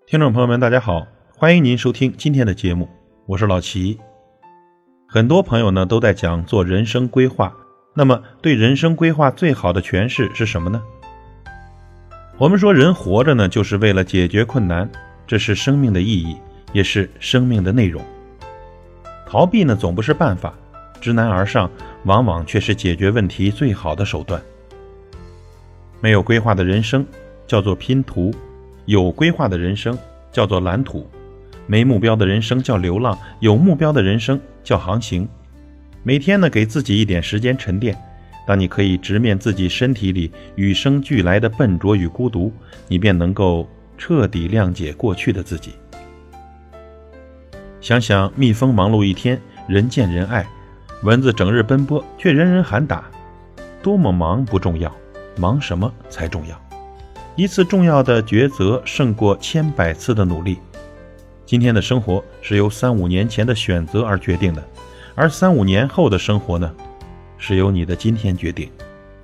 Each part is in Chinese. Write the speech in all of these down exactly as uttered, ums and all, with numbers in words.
听众朋友们大家好，欢迎您收听今天的节目，我是老齐。很多朋友呢都在讲做人生规划，那么对人生规划最好的诠释是什么呢？我们说人活着呢就是为了解决困难，这是生命的意义，也是生命的内容。逃避呢总不是办法，知难而上往往却是解决问题最好的手段。没有规划的人生叫做拼图，有规划的人生叫做蓝图。没目标的人生叫流浪，有目标的人生叫航行。每天呢给自己一点时间沉淀，当你可以直面自己身体里与生俱来的笨拙与孤独，你便能够彻底谅解过去的自己。想想蜜蜂忙碌一天，人见人爱，蚊子整日奔波，却人人喊打。多么忙不重要，忙什么才重要。一次重要的抉择胜过千百次的努力。今天的生活是由三五年前的选择而决定的，而三五年后的生活呢，是由你的今天决定。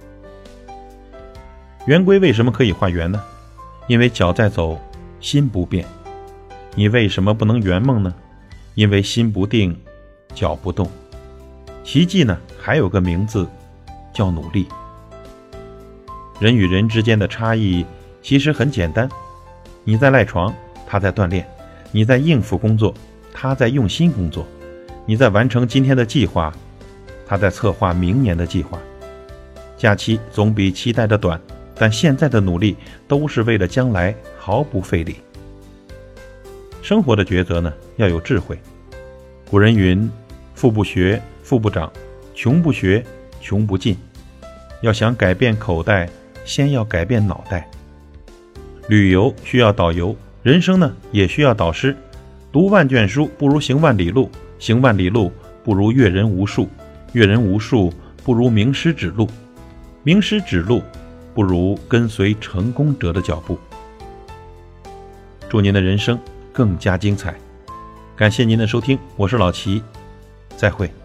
圆规为什么可以画圆呢？因为脚在走，心不变。你为什么不能圆梦呢？因为心不定，脚不动。奇迹呢，还有个名字，叫努力。人与人之间的差异其实很简单，你在赖床，他在锻炼；你在应付工作，他在用心工作；你在完成今天的计划，他在策划明年的计划。假期总比期待的短，但现在的努力都是为了将来，毫不费力。生活的抉择呢，要有智慧。古人云：富不学，富不长；穷不学，穷不进。要想改变口袋，先要改变脑袋。旅游需要导游，人生呢也需要导师。读万卷书不如行万里路，行万里路不如阅人无数，阅人无数不如名师指路，名师指路不如跟随成功者的脚步。祝您的人生更加精彩。感谢您的收听，我是老齐，再会。